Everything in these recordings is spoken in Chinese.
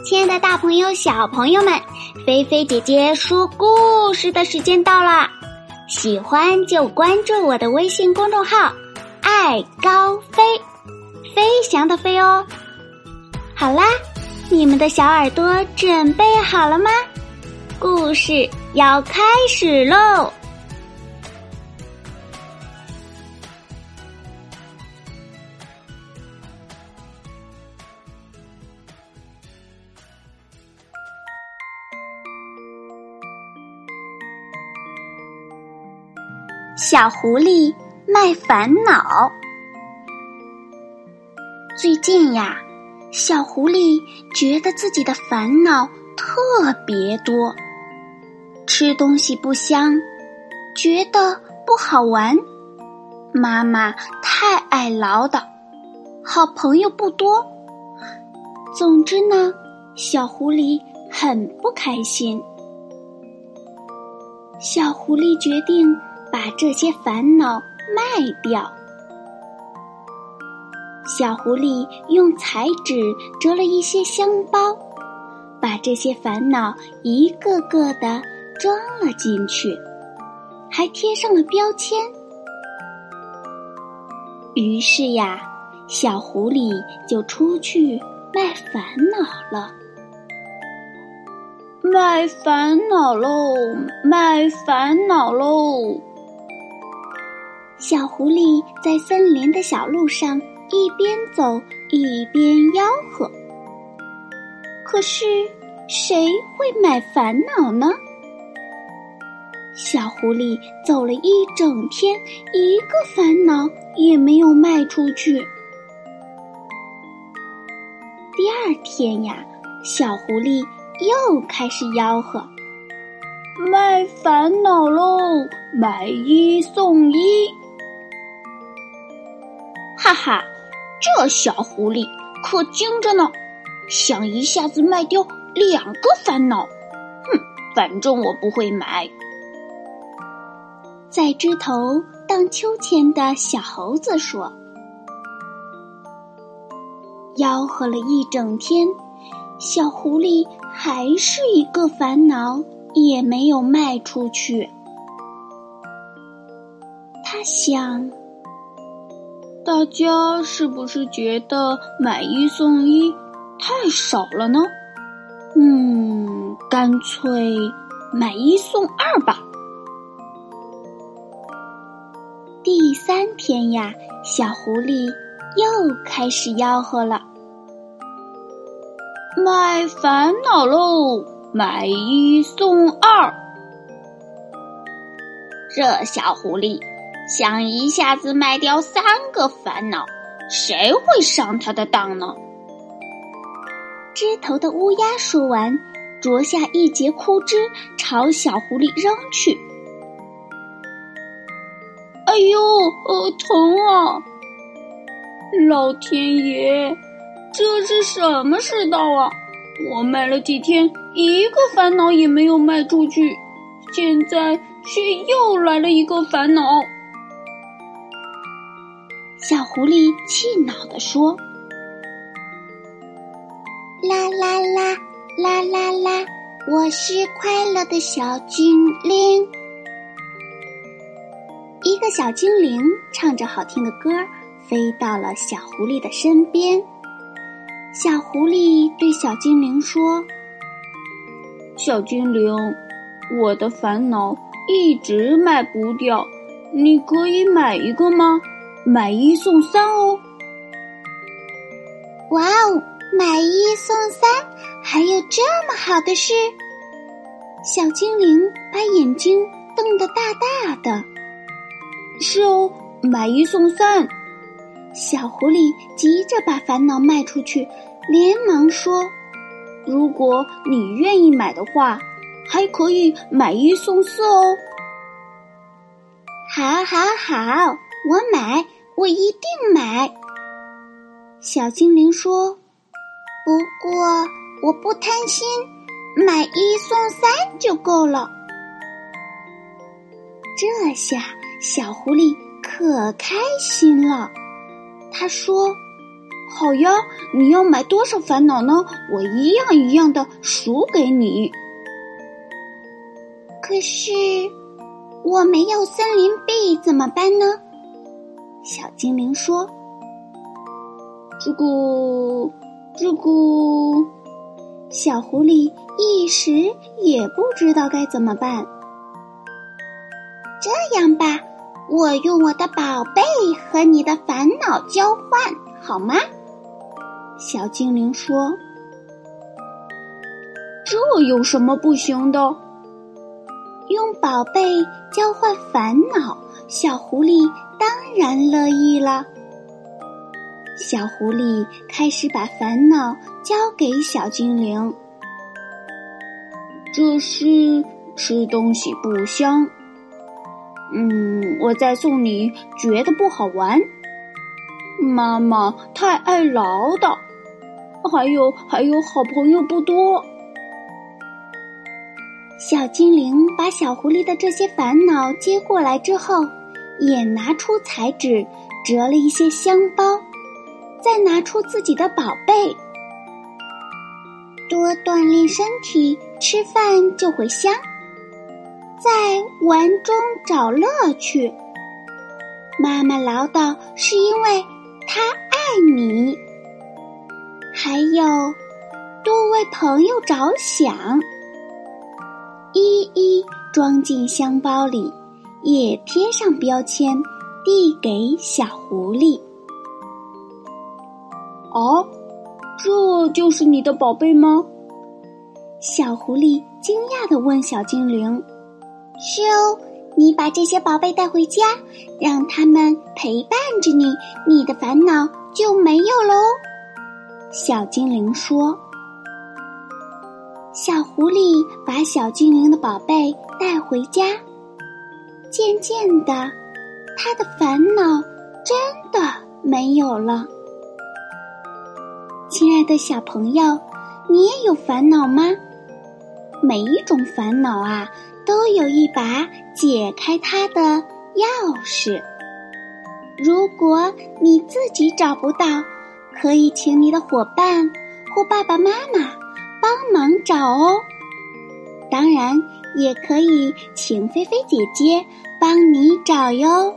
亲爱的大朋友小朋友们，菲菲姐姐说故事的时间到了，喜欢就关注我的微信公众号爱高飞，飞翔的飞哦。好啦，你们的小耳朵准备好了吗？故事要开始喽。小狐狸卖烦恼。最近呀，小狐狸觉得自己的烦恼特别多，吃东西不香，觉得不好玩，妈妈太爱唠叨，好朋友不多。总之呢，小狐狸很不开心。小狐狸决定把这些烦恼卖掉。小狐狸用彩纸折了一些香包，把这些烦恼一个个的装了进去，还贴上了标签。于是呀，小狐狸就出去卖烦恼了。卖烦恼喽，卖烦恼喽！小狐狸在森林的小路上一边走一边吆喝。可是谁会买烦恼呢？小狐狸走了一整天，一个烦恼也没有卖出去。第二天呀，小狐狸又开始吆喝：卖烦恼喽，买一送一！哈哈，这小狐狸可精着呢，想一下子卖掉2个烦恼。反正我不会买。在枝头荡秋千的小猴子说。吆喝了一整天，小狐狸还是一个烦恼也没有卖出去。他想，大家是不是觉得买一送一太少了呢？干脆买一送二吧。第3天呀，小狐狸又开始吆喝了：卖烦恼喽，买一送二！这小狐狸想一下子卖掉3个烦恼，谁会上他的当呢？枝头的乌鸦说完，啄下一截枯枝朝小狐狸扔去。哎呦，疼啊！老天爷，这是什么世道啊！我卖了几天，一个烦恼也没有卖出去，现在却又来了一个烦恼。小狐狸气恼地说：啦啦啦，啦啦啦，我是快乐的小精灵。一个小精灵唱着好听的歌，飞到了小狐狸的身边。小狐狸对小精灵说：小精灵，我的烦恼一直卖不掉，你可以买一个吗？买一送3哦。哇哦，买一送3，还有这么好的事？小精灵把眼睛瞪得大大的。是哦，买一送3。小狐狸急着把烦恼卖出去，连忙说：如果你愿意买的话，还可以买一送4哦。好好好，我买，我一定买。小精灵说：不过我不贪心，买1送3就够了。这下小狐狸可开心了，他说： 好呀，你要买多少烦恼呢？我一样一样的数给你。可是我没有森林币怎么办呢？小精灵说。这个，小狐狸一时也不知道该怎么办。这样吧，我用我的宝贝和你的烦恼交换，好吗？小精灵说。这有什么不行的？用宝贝交换烦恼，小狐狸当然乐意了。小狐狸开始把烦恼交给小精灵。这是吃东西不香。我再送你觉得不好玩。妈妈太爱唠叨。还有好朋友不多。小精灵把小狐狸的这些烦恼接过来之后，也拿出彩纸折了一些香包，再拿出自己的宝贝。多锻炼身体，吃饭就会香。在玩中找乐趣。妈妈唠叨是因为她爱你。还有多为朋友着想。一一装进香包里，也贴上标签，递给小狐狸。哦，这就是你的宝贝吗？小狐狸惊讶地问小精灵。是哦，你把这些宝贝带回家，让他们陪伴着你，你的烦恼就没有喽。小精灵说。小狐狸把小精灵的宝贝带回家，渐渐的，他的烦恼真的没有了。亲爱的小朋友，你也有烦恼吗？每一种烦恼啊，都有一把解开它的钥匙。如果你自己找不到，可以请你的伙伴或爸爸妈妈帮忙找哦。当然，也可以请菲菲姐姐帮你找哟。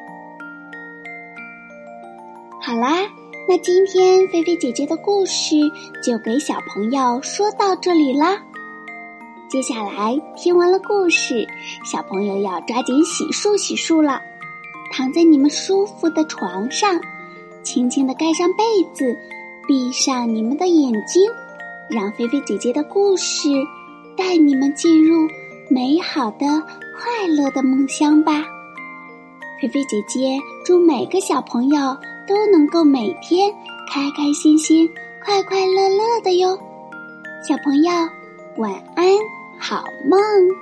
好啦，那今天菲菲姐姐的故事就给小朋友说到这里啦。接下来听完了故事，小朋友要抓紧洗漱洗漱了。躺在你们舒服的床上，轻轻地盖上被子，闭上你们的眼睛，让菲菲姐姐的故事带你们进入美好的快乐的梦乡吧。菲菲姐姐祝每个小朋友都能够每天开开心心快快乐乐的哟。小朋友晚安，好梦。